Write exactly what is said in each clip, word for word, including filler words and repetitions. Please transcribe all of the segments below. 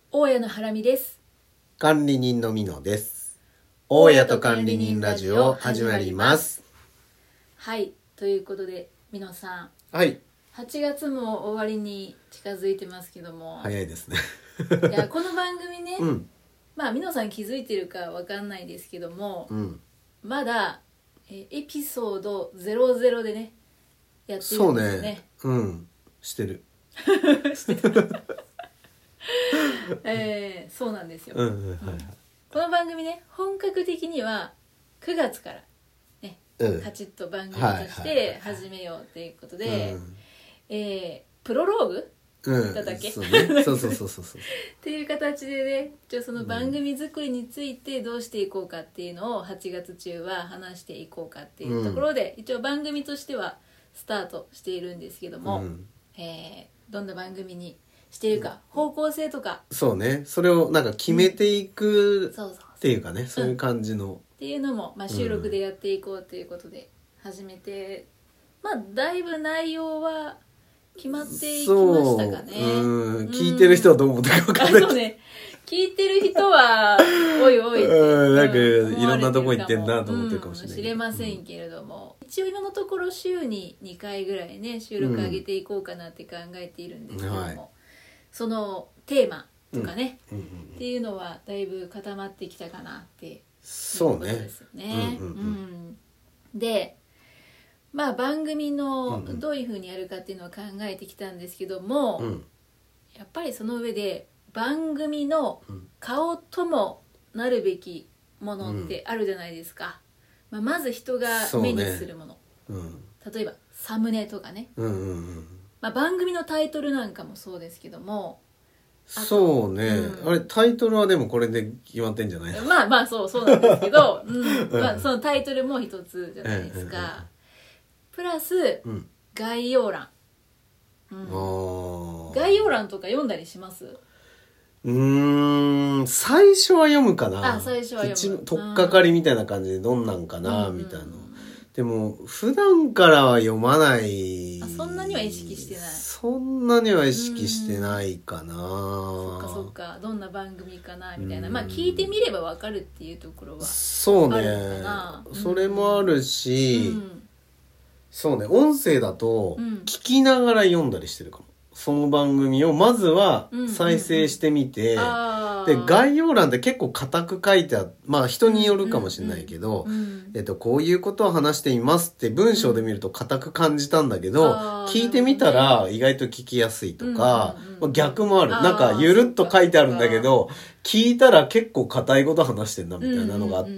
大家のハラミです。 管理人のミノです。大家と管理人ラジオ始まります。 はい、ということでミノさん、 はい。 はちがつも終わりに近づいてますけども、 早いですね。 いやこの番組ね、 うん、 まあミノさん気づいてるかわかんないですけども、 うん、 まだえエピソードゼロゼロでねやってるんですよね。 そうね。うん、してる。 してるえー、そうなんですよ、 うんうんはいはい、 この番組ね本格的にはくがつからね、うん、カチッと番組として始めようということで、はいはいはいはい、えー、プロローグ、うん、だったっけ、 そうね、そうそうそうそうそうっていう形でね、じゃあその番組作りについてどうしていこうかっていうのをはちがつ中は話していこうかっていうところで、うん、一応番組としてはスタートしているんですけども、うん、えー、どんな番組にしているか、方向性とか、 そうね、それをなんか決めていくっていうかね、そういう感じの、 っていうのも、まあ、収録でやっていこうということで始めて、うん、まあだいぶ内容は決まっていきましたかね。 うん、聞いてる人はどう思ってるか分かんない。 そうね、聞いてる人はおいおいって、 うん、なんかいろんなとこ行ってんなと思ってるかもしれない、 うん、知れませんけれども、うん、一応今のところ週ににかいぐらいね収録上げていこうかなって考えているんですけども、うんはい、そのテーマとかね、うんうんうん、っていうのはだいぶ固まってきたかなっていうことですよね。そうね、うんうんうん、でまあ番組のどういう風にやるかっていうのは考えてきたんですけども、うん、やっぱりその上で番組の顔ともなるべきものってあるじゃないですか、うんまあ、まず人が目にするもの、ねうん、例えばサムネとかね、うんうんうんまあ、番組のタイトルなんかもそうですけども、 そうね、うん、あれタイトルはでもこれで決まってんじゃないの？ まあまあそうそうなんですけど、うんまあ、そのタイトルも一つじゃないですか、うんうんうん、プラス、うん、概要欄、うん、概要欄とか読んだりします？ うーん最初は読むかな。 あ最初は読む。 取っかかりみたいな感じでどんなんかな、うん、みたいな。でも普段からは読まない。 あそんなには意識してない。 そんなには意識してないかな。 そっかそっか、どんな番組かなみたいな、まあ聞いてみればわかるっていうところはあるのかな。 そうね、それもあるし、うん、そうね、音声だと聞きながら読んだりしてるかも。その番組をまずは再生してみて、うんうんうん、で概要欄って結構固く書いてある、まあ人によるかもしれないけど、うんうんうんえっと、こういうことを話していますって文章で見ると固く感じたんだけど、うん、聞いてみたら意外と聞きやすいとか、うんうんうんまあ、逆もある。なんかゆるっと書いてあるんだけど聞いたら結構固いこと話してんなみたいなのがあって、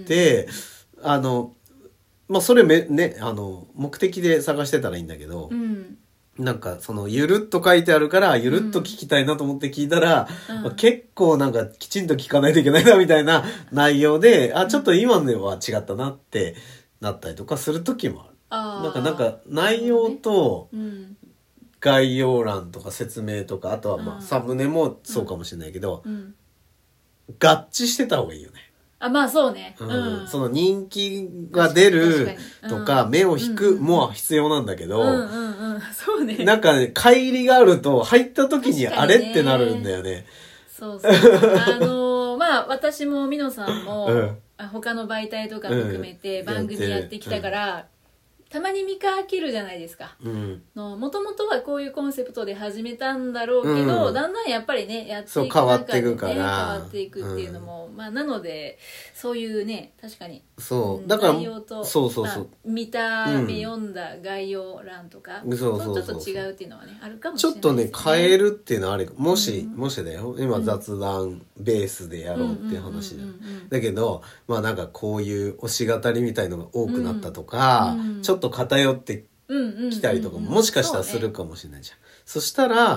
うんうんうん、あのまあそれめねあの目的で探してたらいいんだけど、うんなんかそのゆるっと書いてあるからゆるっと聞きたいなと思って聞いたら、うんまあ、結構なんかきちんと聞かないといけないなみたいな内容で、うん、あちょっと今のは違ったなってなったりとかする時もある。あなんかなんか内容と概要欄とか説明とかあとはまあサムネもそうかもしれないけど、うんうん、合致してた方がいいよね。 あまあそうね、 うんうん、その人気が出るとか目を引くも必要なんだけど、うんうんうん、そうね、なんかね乖離があると入った時にあれってなるんだよね。 そうそうあのー、まあ私もミノさんも、うん、他の媒体とか含めて番組やってきたから、うんたまに見かけるじゃないですか。もともとはこういうコンセプトで始めたんだろうけど、うん、だんだんやっぱりねやっていく中で、ね、変わっていくから変わっていくっていうのも、うん、まあなのでそういうね確かにそうだから内容とそうそうそう、まあ、 見た目読んだ概要欄とか、うん、そうそうそうそうちょっと違うっていうのはねあるかもしれないですね。 ちょっとね変えるっていうのはあるもし、うん、もしだよ今雑談ベースでやろうっていう話だ、だけどまあなんかこういう推し語りみたいのが多くなったとか、うん、ちょっと偏ってきたりとかももしかしたらするかもしれないじゃん。 そ, ね、そしたら、うん、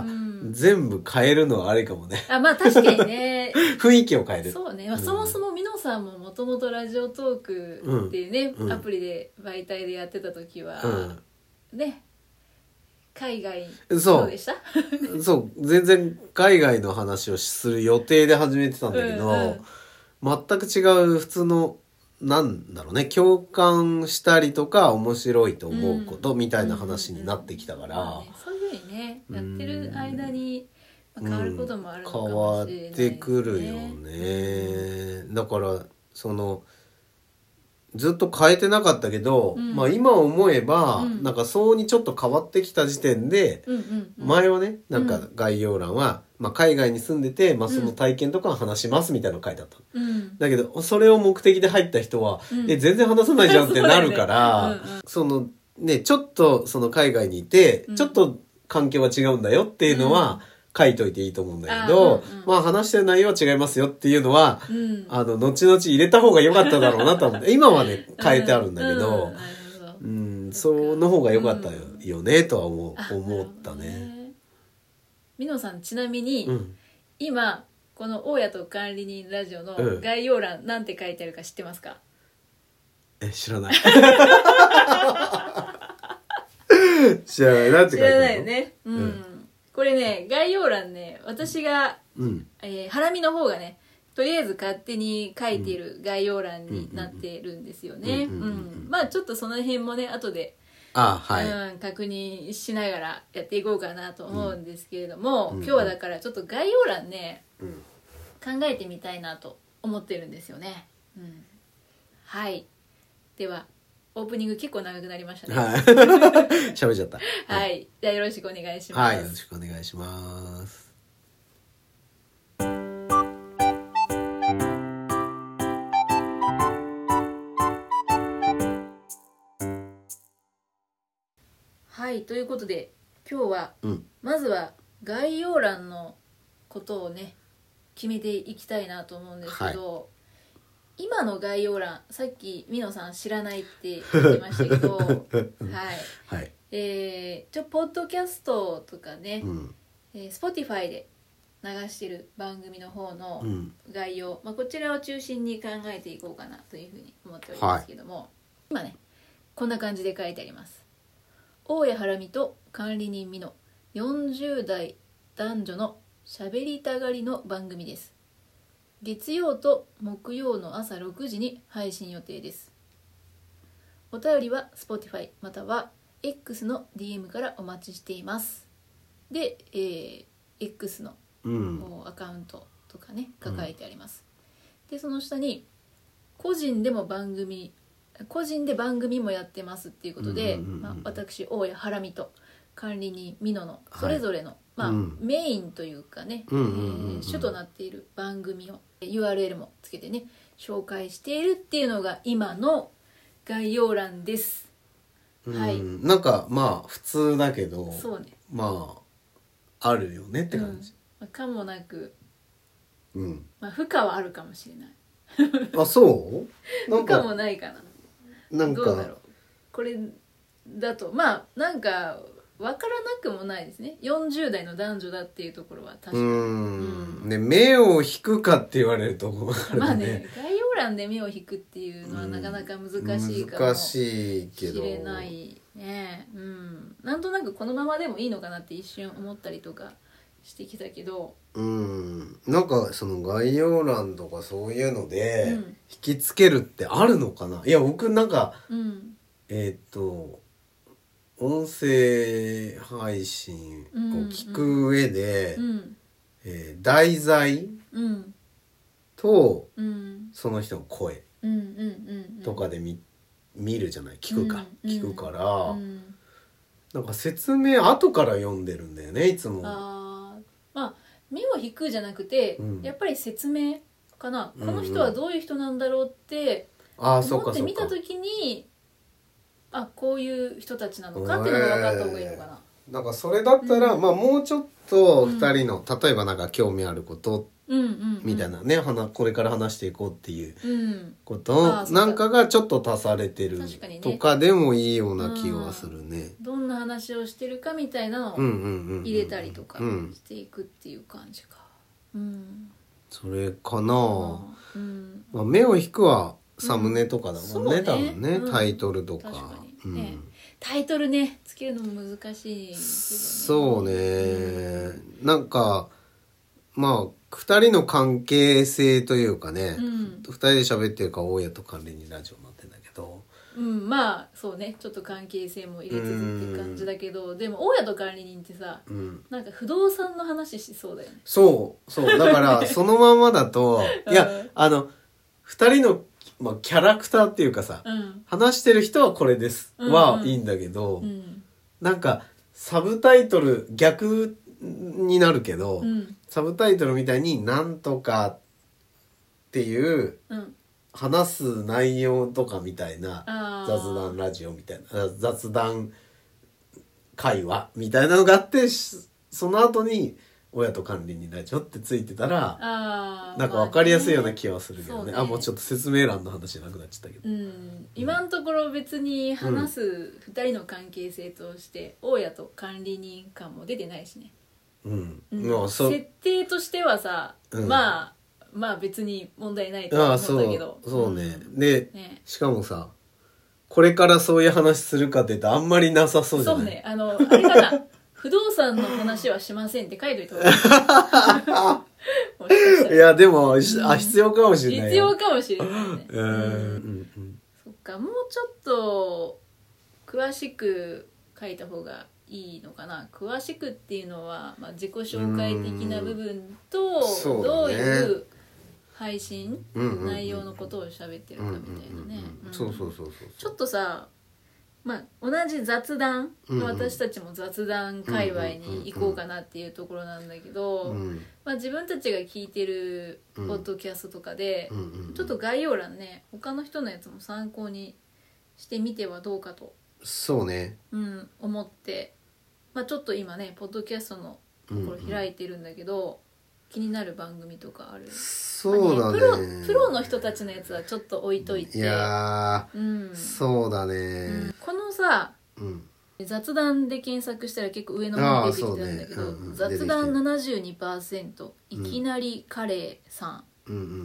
全部変えるのはあれかもね。 あまあ確かにね雰囲気を変える。 そうね、まあ、そもそもミノさんももともとラジオトークっていうね、うん、アプリで媒体でやってた時は、うん、ね海外そうでしたそう全然海外の話をする予定で始めてたんだけど、うんうん、全く違う普通のなんだろうね共感したりとか面白いと思うことみたいな話になってきたから、 うんうんうんまあね、そういうふうにねやってる間に変わることもあるのか変もわっしれないですね。 てくるよね。だからそのずっと変えてなかったけど、 うんまあ今思えば、 うんなんかそうにちょっと変わってきた時点で、 うんうんうん、 前はねなんか概要欄は、まあ、海外に住んでて、まあ、その体験とかは話しますみたいなの書いてあった、 うん、 だけどそれを目的で入った人は、 うん、 え全然話さないじゃんってなるからそうだねうんうん、 そのねちょっとその海外にいて、 うん、 ちょっと環境は違うんだよっていうのは、うん書いといていいと思うんだけど、 うんうん、 まあ話してる内容は違いますよっていうのは、 うん、 あの後々入れた方が良かっただろうなと思って今はね変えてあるんだけど、うん、うん、その方が良かったよねとは思う、思ったね。 みのさんちなみに、うん、今この大家と管理人ラジオの概要欄、うん、なんて書いてあるか知ってますか？ え知らない知らないなんて書いてあるの？知らないよね、 うん、うんこれね概要欄ね私が、うんえー、ハラミの方がねとりあえず勝手に書いている概要欄になってるんですよね。まあちょっとその辺もね後であ、はいうん、確認しながらやっていこうかなと思うんですけれども、うん、今日はだからちょっと概要欄ね、うん、考えてみたいなと思ってるんですよね。うん、はいではオープニング結構長くなりましたね。 はい。喋っちゃった。 はい。じゃあよろしくお願いします。 はい、よろしくお願いします。 はい、ということで今日は、うん、まずは概要欄のことをね決めていきたいなと思うんですけど。はい今の概要欄さっきみのさん知らないって言ってましたけどはい、はい、えー、ちょポッドキャストとかね、うんえー、Spotify で流してる番組の方の概要、うんまあ、こちらを中心に考えていこうかなというふうに思っておりますけども、はい、今ねこんな感じで書いてあります。大家ハラミと管理人みのよんじゅう代男女のしゃべりたがりの番組です。月曜と木曜の朝ろくじに配信予定です。お便りは Spotify または X の ディーエム からお待ちしています。で、えー、X の、うん、アカウントとかねが書いてあります。うん、でその下に個人でも番組個人で番組もやってますっていうことで、うんうんうんまあ、私大家ハラミと管理人ミノのそれぞれの、はいまあうん、メインというかね、うんうんうんうん、主となっている番組を ユーアールエル もつけてね紹介しているっていうのが今の概要欄です。 はい、なんかまあ普通だけどそうねまああるよねって感じ、 うん、かもなく、 うんまあ、負荷はあるかもしれないあそうなんか負荷もないかななんかどうだろうこれだとまあなんか分からなくもないですね。よんじゅう代の男女だっていうところは確かに。うん、 うん、ね目を引くかって言われると、 ね、まあね概要欄で目を引くっていうのはなかなか難しいかもしれないね。うん、なんとなくこのままでもいいのかなって一瞬思ったりとかしてきたけど、 うんなんかその概要欄とかそういうので引きつけるってあるのかな。いや僕なんか、うん、えー、っと音声配信を聞く上で、うんうんえー、題材、うん、と、うん、その人の声とかで 見, 見るじゃない聞くか、うん、聞くから、うん、なんか説明後から読んでるんだよねいつも。 あまあ目を引くじゃなくて、うん、やっぱり説明かな、うんうん、この人はどういう人なんだろうって思って見た時にあこういう人たちなのかっていうのが分かった方がいいのかな。 なんかそれだったら、うん、まあもうちょっとふたりの、うん、例えばなんか興味あることみたいなね、うんうんうん、これから話していこうっていうこと、うん、なんかがちょっと足されてるとかでもいいような気はするね。 うん、どんな話をしてるかみたいなのを入れたりとかしていくっていう感じか。うん、 それかな、うんまあ、目を引くはサムネとかだもんね、うん、多分ね、うん、タイトルとか。 ね、タイトルねつけるのも難しいけどね。 そうね、うん、なんかまあ二人の関係性というかね、 うん、 二人で喋ってるから大家と管理人ラジオになってんだけど、 うん、まあそうね、ちょっと関係性も入れつつって感じだけど、でも大家と管理人ってさ、うん、なんか不動産の話しそうだよね。 そうそうだからそのままだといや、うん、あの二人の、まあ、キャラクターっていうかさ、うん、話してる人はこれです、うんうん、はいいんだけど、うん、なんかサブタイトル逆になるけど、うん、サブタイトルみたいになんとかっていう、うん、話す内容とかみたいな雑談ラジオみたいな雑談会話みたいなのがあって、その後に親と管理人ラジオってついてたらなんか分かりやすいような気はするけどね。あ、もうちょっと説明欄の話なくなっちゃったけど、うん、 今のところ別に話すふたりの関係性として大家と管理人感も出てないしね。うんうん、設定としてはさ、うん、まあまあ別に問題ないと思うんだけど。 そう、そうね、うん、で、ね、しかもさこれからそういう話するかって言うとあんまりなさそうじゃない？ そうね、あのあれかな不動産の話はしませんって書いといた方がいいいやでも、うん、あ必要かもしれない必要かもしれないね。うん、うん、そっか、もうちょっと詳しく書いた方がいいのかな。詳しくっていうのは、まあ、自己紹介的な部分と、ね、どういう配信、うんうんうん、内容のことを喋ってるかみたいなね。 そうそうそうそう。 ちょっとさ、まあ、同じ雑談、うんうん、私たちも雑談界隈に行こうかなっていうところなんだけど、うんうんまあ、自分たちが聞いてるポッドキャストとかで、うんうんうん、ちょっと概要欄ね他の人のやつも参考にしてみてはどうかと。 そうね、 うん、思って、まあ、ちょっと今ねポッドキャストのところ開いてるんだけど、うんうん、気になる番組とかある？ そうだね、 まあね、プロ、プロの人たちのやつはちょっと置いといて、 いやー、うん、そうだね、うん、 このさ、うん、雑談で検索したら結構上の方に出てきてるんだけど、ねうんうん、雑談 ななじゅうにパーセント いきなりカレーさん、うんうんうんうん、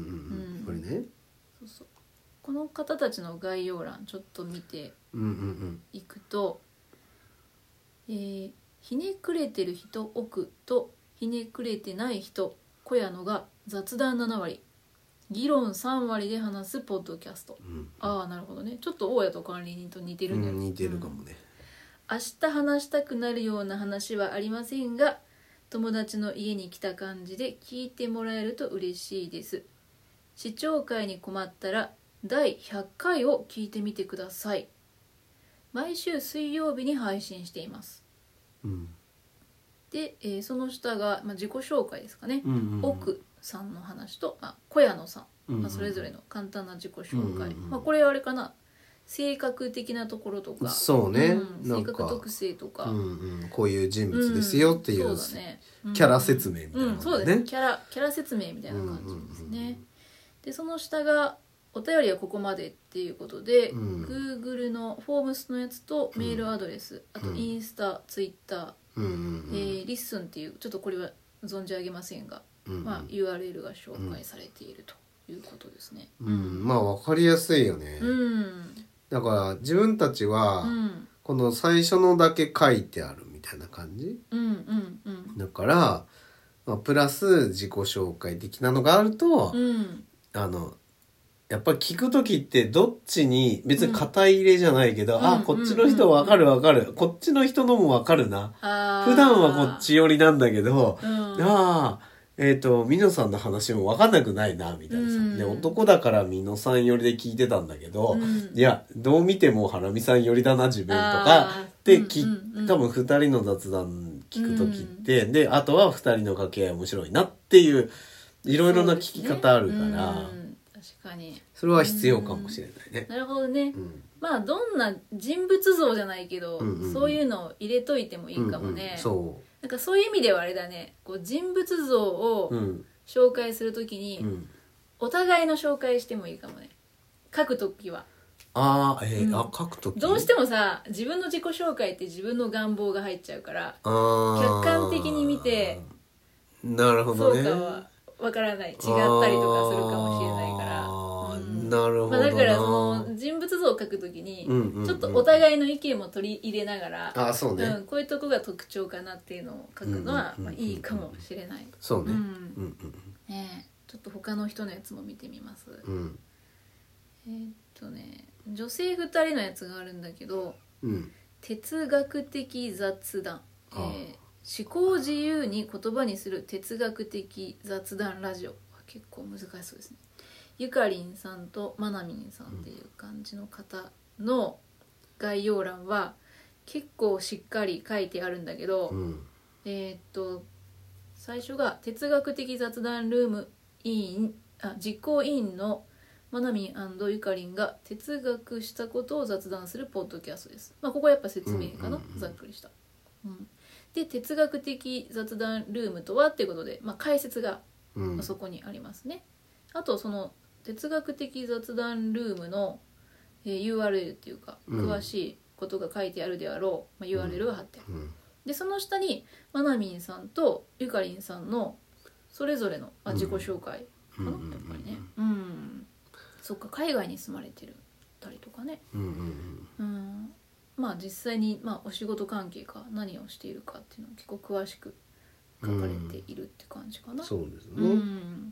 これね、そうそう、この方たちの概要欄ちょっと見ていくと、うんうんうん、えー、ひねくれてる人奥とひねくれてない人小屋のが雑談ななわり、議論さんわりで話すポッドキャスト、うん、ああなるほどね、ちょっと大家と管理人と似てるんだよね、うん、 似てるかもね、 うん、明日話したくなるような話はありませんが友達の家に来た感じで聞いてもらえると嬉しいです。視聴会に困ったらだいひゃっかいを聞いてみてください。毎週水曜日に配信しています、うん、で、えー、その下が、まあ、自己紹介ですかね、うんうんうん、奥さんの話と、まあ、小屋野さん、うんうんまあ、それぞれの簡単な自己紹介、うんうんまあ、これあれかな、性格的なところとか、 そうね、 うん、性格特性とか、 うんうん、こういう人物ですよっていう、うんそうだね、キャラ説明みたいな、ねうんうん、 そうですね、キャラ、キャラ説明みたいな感じですね、うんうんうん、でその下がお便りはここまでっていうことで、うん、Google のフォームスのやつとメールアドレス、うん、あとインスタ、うん、ツイッター、うんうんうんえー、リッスンっていうちょっとこれは存じ上げませんが、うんうんまあ、ユーアールエル が紹介されているということですね、 うんうん、まあ分かりやすいよね、うん、だから自分たちはこの最初のだけ書いてあるみたいな感じ、うんうんうん、だから、まあ、プラス自己紹介的なのがあると、うん、あのやっぱり聞くときってどっちに別に肩入れじゃないけど、うん、あ、こっちの人分かる分かる、うん、こっちの人のも分かるな、普段はこっち寄りなんだけど、うん、ああえっ、ー、とミノさんの話も分かんなくないなみたいなさ、うん、で男だからミノさん寄りで聞いてたんだけど、うん、いやどう見てもハラミさん寄りだな自分とかってき、うんうんうん、多分ふたりの雑談聞くときって、うん、であとはふたりの掛け合い面白いなっていういろいろな聞き方あるから。 確かにそれは必要かもしれないね。 なるほどね、うん、まあどんな人物像じゃないけど、うんうんうん、そういうのを入れといてもいいかもね、うんうん、そうなんかそういう意味ではあれだね、こう人物像を紹介するときに、うん、お互いの紹介してもいいかもね、書くときは。 あー、えーうん、あ書くときどうしてもさ自分の自己紹介って自分の願望が入っちゃうから客観的に見てなるほどね、 そうかはわからない、違ったりとかするかもしれないから、 うん、なるほどな、 まあ、だからその人物像を書くときに、うんうんうん、ちょっとお互いの意見も取り入れながら、 あ、そうね、 うん、こういうとこが特徴かなっていうのを書くのは、うんうんうんうん、まあ、いいかもしれない。 そうね、うんうんうん、 ちょっと他の人のやつも見てみます、 うん、 えー、っとね女性ふたりのやつがあるんだけど、 うん、 哲学的雑談、えー、思考を自由に言葉にする哲学的雑談ラジオ、結構難しそうですね。ゆかりんさんとまなみんさんっていう感じの方の概要欄は結構しっかり書いてあるんだけど、 うん、 えー、っと最初が哲学的雑談ルーム委員あ実行委員のまなみん&ゆかりんが哲学したことを雑談するポッドキャストです。まあここはやっぱ説明かな、うんうんうん、ざっくりした、うん、で哲学的雑談ルームとはっていうことで、まあ、解説がそこにありますね、うん、あとその哲学的雑談ルームの、えー、ユーアールエル っていうか詳しいことが書いてあるであろう、まあ、ユーアールエル が貼ってある、うんうん、でその下にまなみんさんとゆかりんさんのそれぞれの、まあ、自己紹介かな、うん、やっぱりね、うん、そっか海外に住まれてるたりとかね、うんうんうん、まあ実際に、まあ、お仕事関係か何をしているかっていうのを結構詳しく書かれているって感じかな、うん、 そうですね、 うん、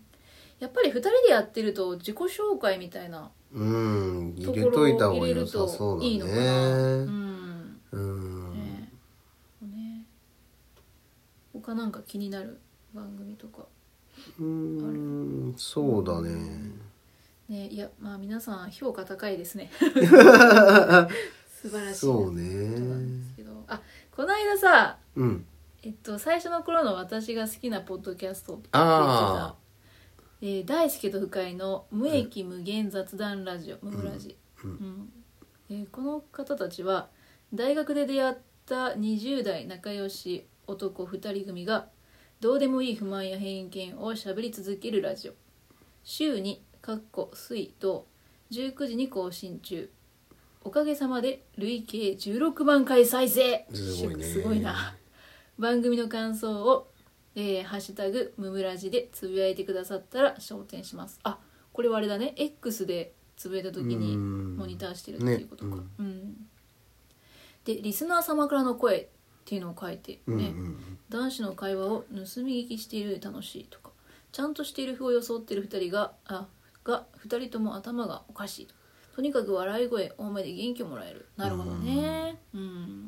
やっぱりふたりでやってると自己紹介みたいなところを入れるといいのかな、うんうんねね、他なんか気になる番組とかうーんそうだね、うんね、いやまあ皆さん評価高いですね素晴らしいそうねなんですけど、あこの間さ、 うん、 えっと最初の頃の私が好きなポッドキャストって言ってた、えー、大輔と深井の無益無限雑談ラジオ、うん、ムムラジ、うんうんえー、この方たちは大学で出会ったにじゅう代仲良し男ふたり組がどうでもいい不満や偏見をしゃべり続けるラジオ、週にかっこ水とじゅうくじに更新中、おかげさまで累計じゅうろくまんかい再生、 すごいね、 すごいな。番組の感想を、えー、ハッシュタグムムラジでつぶやいてくださったら昇天します。あ、これはあれだね、 X でつぶやいた時にモニターしてるっていうことか、ね、うん、でリスナー様からの声っていうのを書いてね、うんうん、男子の会話を盗み聞きしている楽しいとか、ちゃんとしている風を装っているふたりがあがふたりとも頭がおかしい、とにかく笑い声多めで元気をもらえる、なるほどね、うんうん、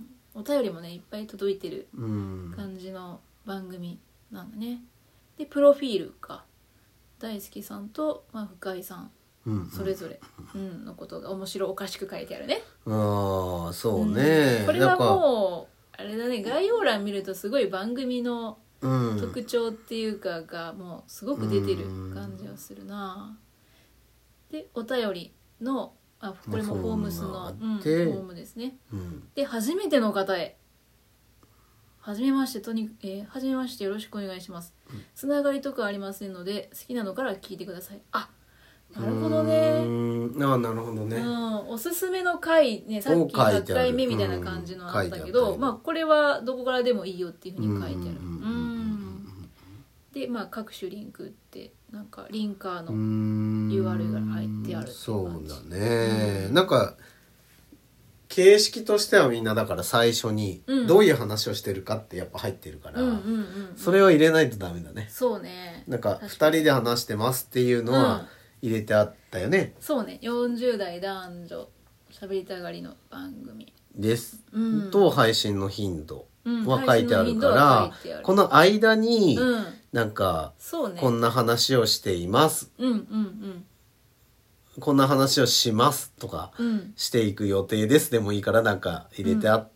お便りもねいっぱい届いてる感じの番組なんだね。でプロフィールか大輔さんと、まあ、深井さん、うんうん、それぞれ、うん、のことが面白おかしく書いてあるね。 ああそうね、 うん、これはもうあれだね、概要欄見るとすごい番組の特徴っていうかがもうすごく出てる感じはするな。でお便りのあこれもフォームスの、うん、フォームですね、うん、で初めての方へはじめましてとに、えー、はじめましてよろしくお願いします、うん、つながりとかありませんので好きなのから聞いてください。あなるほどね、 うーんあなるほどね、 うん、おすすめの回ね、さっきひゃっかいめみたいな感じのあったけど、うん、まあこれはどこからでもいいよっていうふうに書いてある。うんでまあ各種リンクってなんかリンカーの ユーアールエル が入ってあるっていう感じ。 そうだね、うん、なんか形式としてはみんなだから最初にどういう話をしてるかってやっぱ入ってるから、うんうんうんうん、それを入れないとダメだね。 そうね、 なんかふたりで話してますっていうのは入れてあったよね、 うん、そうね、よんじゅう代男女喋りたがりの番組です、うん、と配信の頻度は書いてあるから、うん、この間になんか、うんね、こんな話をしています、うんうんうん、こんな話をしますとか、うん、していく予定ですでもいいからなんか入れてあって、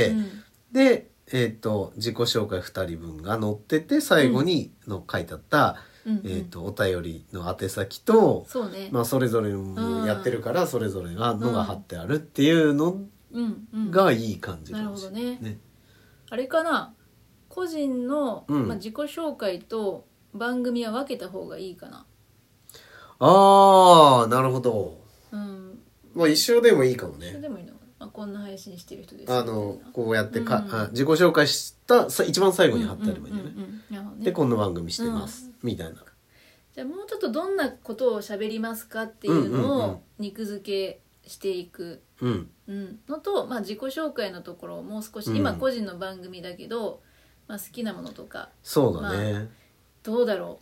うんうん、で、えーと、自己紹介ふたりぶんが載ってて最後にの書いてあった、うんえーと、お便りの宛先と、 そうね、 まあ、それぞれもやってるからそれぞれがのが貼ってあるっていうのがいい感じかもしれない、ね、なるほどね。 あれかな、個人の、うんまあ、自己紹介と番組は分けた方がいいかな。 ああなるほど、うん、まあ一緒でもいいかもね。 一緒でもいいのかな、まあ、こんな配信してる人ですあのこうやってか、うん、あ自己紹介したさ一番最後に貼ってあればいいんじゃない、うんうんうんうん、でこんな番組してます、うん、みたいな。 じゃあもうちょっとどんなことを喋りますかっていうのを肉付けしていく、うんうん、のと、まあ、自己紹介のところをもう少し、うん、今個人の番組だけど、まあ、好きなものとかそうだね、 まあ、どうだろう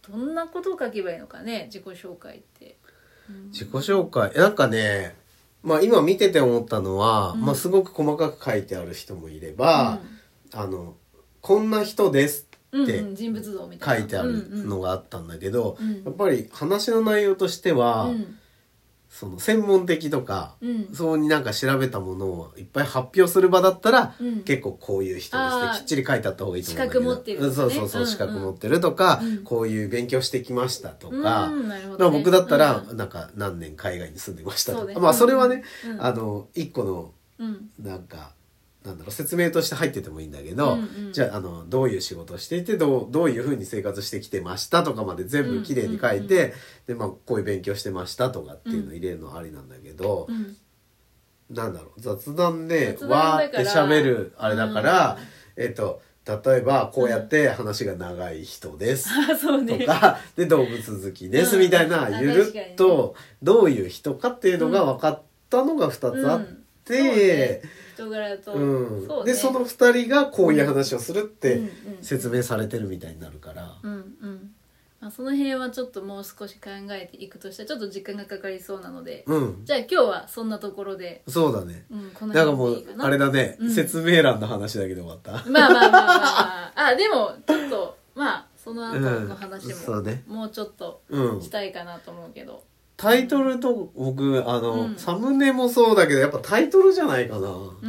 どんなことを書けばいいのかね、自己紹介って、うん、 自己紹介なんかね、まあ今見てて思ったのは、うん、まあすごく細かく書いてある人もいれば、うん、あのこんな人ですって書いてあるのがあったんだけど、うんうん、やっぱり話の内容としては、うん、その専門的とか、うん、そうになんか調べたものをいっぱい発表する場だったら、うん、結構こういう人ですねきっちり書いてあった方がいいと思うんだけど、資格持ってる、ね、そうそうそう、うんうん、資格持ってるとか、うん、こういう勉強してきましたとか、うん、なるほどね、僕だったら、うん、なんか何年海外に住んでましたとか、ね、まあそれはね、うん、あの一個のなんかなんだろう説明として入っててもいいんだけど、うんうん、じゃあ、あのどういう仕事をしていてどう、どういうふうに生活してきてましたとかまで全部きれいに書いて、うんうんうん、でまあこういう勉強してましたとかっていうのを入れるのありなんだけど、うん、なんだろう雑談でわーって喋るあれだから、うん、えっと例えばこうやって話が長い人です、うん、とかで動物好きですみたいな、うん、ゆるっとどういう人かっていうのが分かったのがふたつあって、で、 人柄と、 うんそうね、でそのふたりがこういう話をするって説明されてるみたいになるから、 うんうんうんまあ、その辺はちょっともう少し考えていくとしたらちょっと時間がかかりそうなので、うん、じゃあ今日はそんなところでそうだね、うん、この辺でいいかな。だからもうあれだね、うん、説明欄の話だけで終わった。 まあまあまあまあ、まあ、あでもちょっとまあその後の話ももうちょっとしたいかなと思うけど、うんタイトルと僕あの、うん、サムネもそうだけどやっぱタイトルじゃないかな、うん、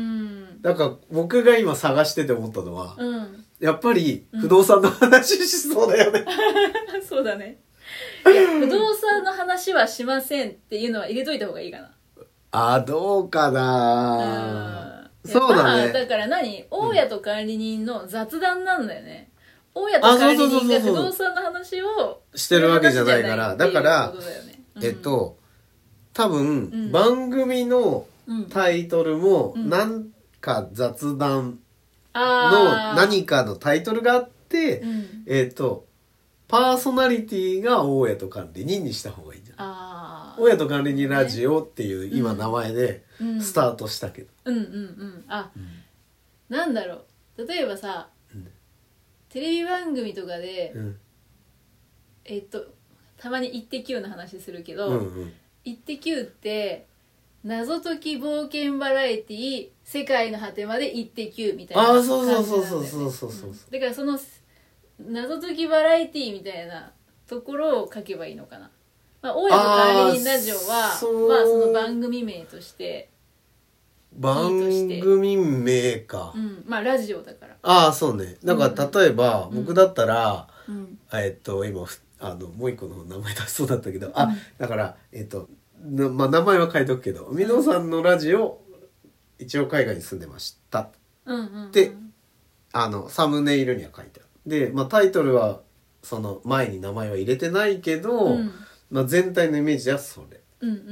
だから僕が今探してて思ったのは、うん、やっぱり不動産の話しそうだよね、 うん、そうだね。いや不動産の話はしませんっていうのは入れといた方がいいかな。 あどうかな、うん、そうだね。 だから何大家と管理人の雑談なんだよね、うん、大家と管理人が不動産の話をしてるわけじゃないからだからえっと多分、うん、番組のタイトルもなんか雑談の何かのタイトルがあって、うん、えっとパーソナリティが大家と管理人にした方がいいんじゃない。大家と管理人ラジオっていう今名前でスタートしたけど、 うん、うんうんうんあ、うん、なんだろう例えばさ、うん、テレビ番組とかで、うん、えっとたまにイッテ Q の話するけど、うんうん、イッテ Q って謎解き冒険バラエティ世界の果てまでイッテ Q みたいな感じなんだよね。あそうそうそうそうそうそう、うん、だからその謎解きバラエティみたいなところを書けばいいのかな。まあ大家と管理人ラジオはまあその番組名として番組名か、 うん、まあラジオだからああそうね。だから例えば、うん、僕だったら、うん、えっと今あのもう一個の名前出しそうだったけど、うん、あだからえっとまあ名前は書いとくけど、みのさんのラジオ一応海外に住んでました、うんうんうん、であのサムネイルには書いてある。で、まあ、タイトルはその前に名前は入れてないけど、うんまあ、全体のイメージはそれ、うんうんうん、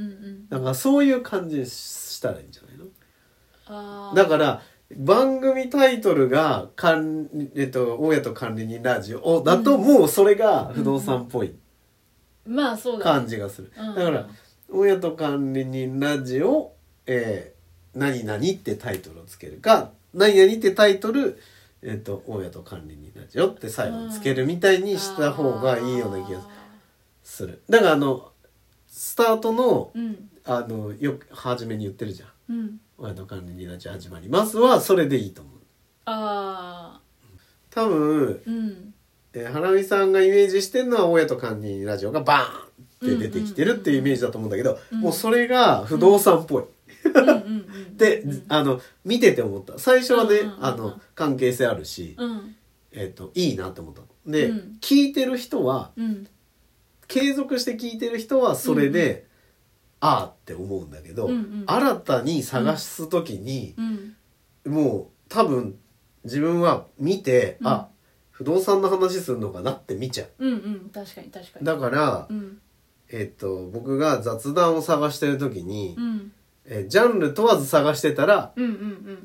だからそういう感じにしたらいいんじゃないの。あだから番組タイトルがかん、えっと、大家と管理人ラジオだと、もうそれが不動産っぽい感じがする。だから大家と管理人ラジオ、えー、何々ってタイトルをつけるか、何々ってタイトル、えっと、大家と管理人ラジオって最後につけるみたいにした方がいいような気がする。だからあのスタートの、うん、あのよく初めに言ってるじゃん、うん、大家と管理人ラジオ始まりますはそれでいいと思う。あ多分、うんえー、花見さんがイメージしてるのは大家と管理人ラジオがバーンって出てきてるっていうイメージだと思うんだけど、うん、もうそれが不動産っぽい、うんで、あの見てて思った。最初はね、うんうんうん、あの関係性あるし、うん、えっといいなって思ったので、うん、聞いてる人は、うん、継続して聞いてる人はそれで、うん、ああって思うんだけど、うんうん、新たに探すときに、うん、もう多分自分は見て、うん、あ不動産の話するのかなって見ちゃう。 うんうん、確かに確かに。 だから、うん、えっと僕が雑談を探してるときに。うんえー、ジャンル問わず探してたら、うんうんうん、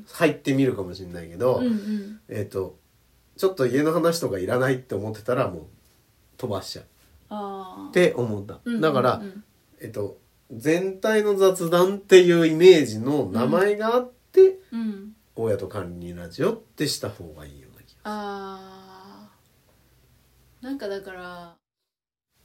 入ってみるかもしれないけど、うんうん、えっとちょっと家の話とかいらないって思ってたらもう飛ばしちゃうあって思った、うんうんうん、だから、えっと全体の雑談っていうイメージの名前があって、うん、大家と管理人ラジオってした方がいいような気がする。 あなんかだから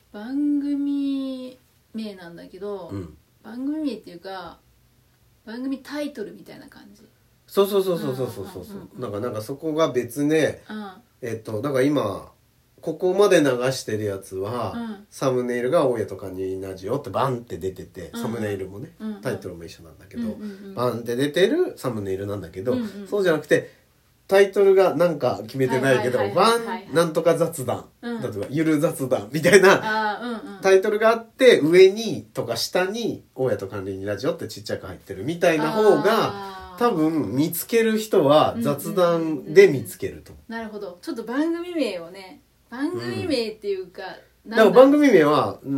番組名なんだけど、 うん、 番組名っていうか番組タイトルみたいな感じ。 そうそうそうそうそうそうそう、うん、なんかなんかそこが別で、うん、えっとだから今ここまで流してるやつは、うん、サムネイルが大家とカニラジオってバンって出てて、うん、サムネイルもね、うん、タイトルも一緒なんだけど、うんうんうん、バンって出てるサムネイルなんだけど、うんうん、そうじゃなくてタイトルがなんか決めてないけど、バンなんとか雑談、うん、例えばゆる雑談みたいな、うんうん、タイトルがあって上にとか下に大家と管理人ラジオってちっちゃく入ってるみたいな方が多分見つける人は雑談で見つけると思う、 うんうんうんうん、なるほど。ちょっと番組名をね、番組名っていうか、 うん、だから番組名は、うん、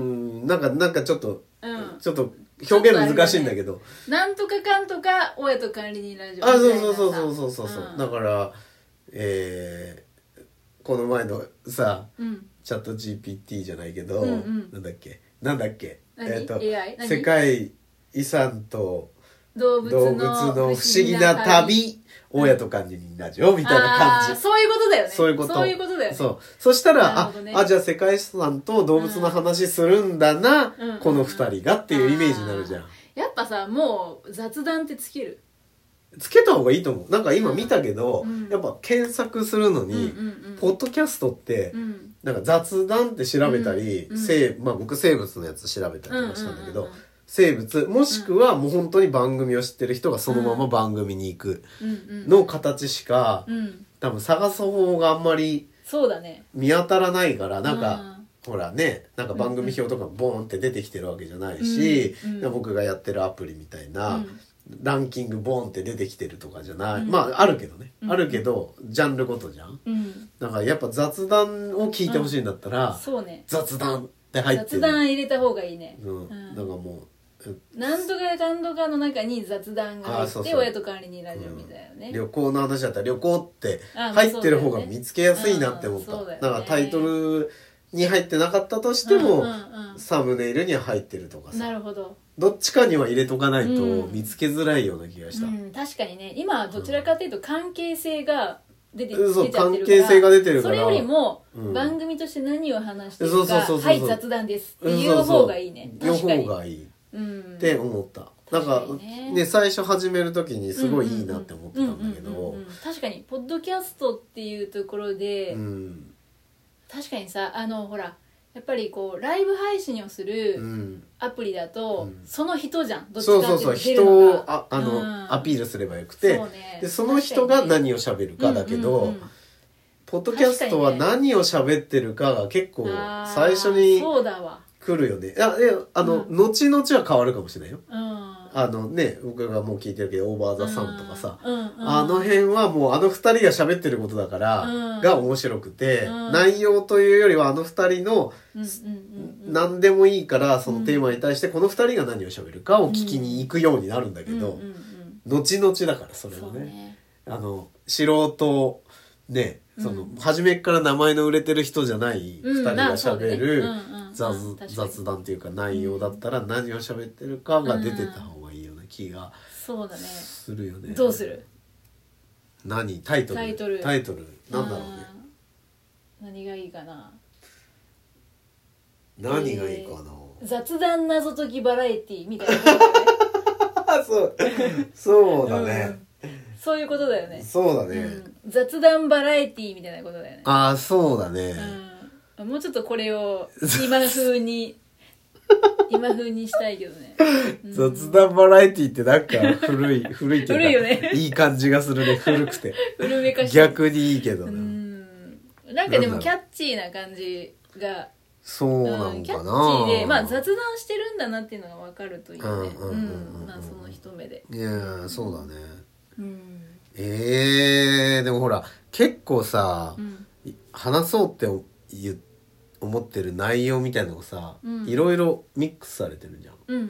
なんかなんかちょっと、うん、ちょっと表現難しいんだけど、ね、 なんとかかんとか大家と管理人ラジオみたいなさ。あ、 そうそうそうそうそうそう、うん、だからえー、この前のさ、うん、チャット ジーピーティー じゃないけど、うんうん、なんだっけなんだっけえっ、ー、と エーアイ 世界遺産と動物の不思議な旅、 大家と管理人ラジオみたいな感じ。 そういうことだよね。 そういうこと。 そういうことだよね。 そう。そしたら、ね、あ、あ、じゃあ世界遺産と動物の話するんだな、うん、この二人がっていうイメージになるじゃん。 やっぱさ、もう雑談ってつける。 つけた方がいいと思う。なんか今見たけど、うん、やっぱ検索するのに、うんうんうん、ポッドキャストって、うん、なんか雑談って調べたり、うんうん、まあ僕生物のやつ調べたりとかしたんだけど、うんうんうんうん、生物もしくはもう本当に番組を知ってる人がそのまま番組に行くの形しか、うんうん、多分探す方法があんまり見当たらないから、なんか、うん、ほらね、なんか番組表とかボーンって出てきてるわけじゃないし、うんうん、僕がやってるアプリみたいな、うん、ランキングボーンって出てきてるとかじゃない、うん、まああるけどね、うん、あるけどジャンルごとじゃん、うん、だからやっぱ雑談を聞いてほしいんだったら、うん、 そうね、 雑談って入ってる、 雑談入れた方がいいね、 うんうん、だからもうなんとかかんとかの中に雑談が入って、そうそう、親と管理人ラジオみたいなね、 うん、旅行の話だったら旅行って入ってる方が見つけやすいなって思った、ね、だからタイトルに入ってなかったとしても、うんうんうん、サムネイルには入ってるとかさ、 なるほど、 どっちかには入れとかないと見つけづらいような気がした、 うんうん、確かにね、今はどちらかというと関係性が出て、 うん、 出ちゃってるから、 関係性が出てるから、 それよりも番組として何を話してるか、はい雑談ですっていう方がいいね、 そうそうそう、確かに方がいいって思った、うん、なんかね、ね、最初始める時にすごいいいなって思ってたんだけど、 確かにポッドキャストっていうところで、うん、確かにさ、あのほらやっぱりこうライブ配信をするアプリだと、うん、その人じゃん、どっちかっていうとそうそうそう、人をああの、うん、アピールすればよくて、そう、ね、でその人が何を喋るかだけど、うんうんうん、ポッドキャストは何を喋ってるかが結構最初に来るよね。あ、いや、あの、うん、後々は変わるかもしれないよ。うん、あのね、僕がもう聞いてるけど、オーバーザサンとかさ、うんうんうん、あの辺はもうあの二人が喋ってることだから、うん、が面白くて、うん、内容というよりはあの二人の、うんうんうん、何でもいいから、そのテーマに対してこの二人が何を喋るかを聞きに行くようになるんだけど、うんうんうんうん、後々だから、それはね。ね、あの、素人、ね、その、うん、初めから名前の売れてる人じゃない二人が喋る雑、雑談っていうか内容だったら何を喋ってるかが出てた方がいいような気がするよね。 どうする？ 何？タイトル？ タイトル。 タイトル。なんだろうね。 何がいいかな。 何がいいかな。 えー、雑談謎解きバラエティみたいなことだね。 そう、そうだね。 うん、そういうことだよね。 そうだね、 うん。雑談バラエティみたいなことだよね。 ああ、そうだね、 うん。もうちょっとこれを今風に今風にしたいけどね。 うん、雑談バラエティってなんか古い古いけど古いよね。 いい感じがするね。古くて。 古めかしい。 逆にいいけどね。 うん。なんかでもキャッチーな感じが。 そうなのかな、うん、キャッチーで、まあ雑談してるんだなっていうのが分かるといいよね。うん。まあその一目で。 いやそうだね。うん、えー、でもほら結構さ、うん、話そうって言思ってる内容みたいなのがさ、うん、いろいろミックスされてるじゃん。うんうん。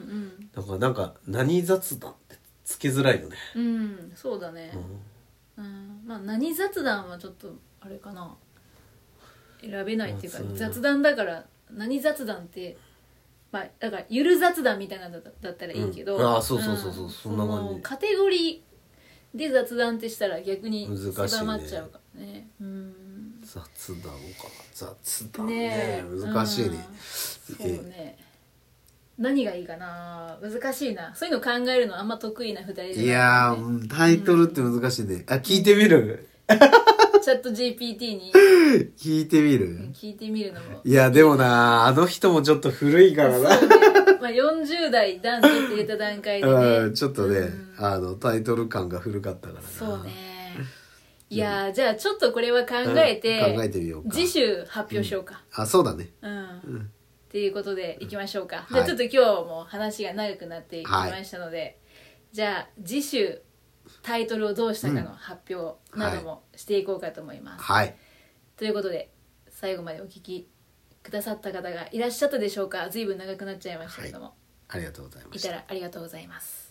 だからなんか何雑談ってつけづらいよね。 うん、そうだね。うん。うん、まあ何雑談はちょっとあれかな。選べないっていうか、雑談だから何雑談ってまあだからゆる雑談みたいなのだったらいいけど、 うん、ああそうそうそうそう、うん、そんな感じ。 カテゴリーで雑談ってしたら逆に狭まっちゃうからね。うん、 雑談か雑談ね、ね、難しいね、 そうね、何がいいかな、難しいな、そういうの考えるのあんま得意なふたりじゃない、ね、 いやータイトルって難しいね、うん、あ聞いてみるチャット ジーピーティー に聞いてみる、 うん、聞いてみるのもいやでもなあの人もちょっと古いからな、 そうね、まあ、よんじゅう代男性って入れた段階でねちょっとね、 うん、 あのタイトル感が古かったからな。 そうね、いやじゃあちょっとこれは考えて、 うん、考えてみようか、 次週発表しようか、 うん、あそうだね、 うん、 うん、 っていうことでいきましょうか、 はい、 じゃあちょっと今日も話が長くなってきましたので、はい、じゃあ次週タイトルをどうしたかの発表などもしていこうかと思います、 はい、 ということで最後までお聞きくださった方がいらっしゃったでしょうか。随分長くなっちゃいましたけども、はい、 ありがとうございました。 いたらありがとうございます。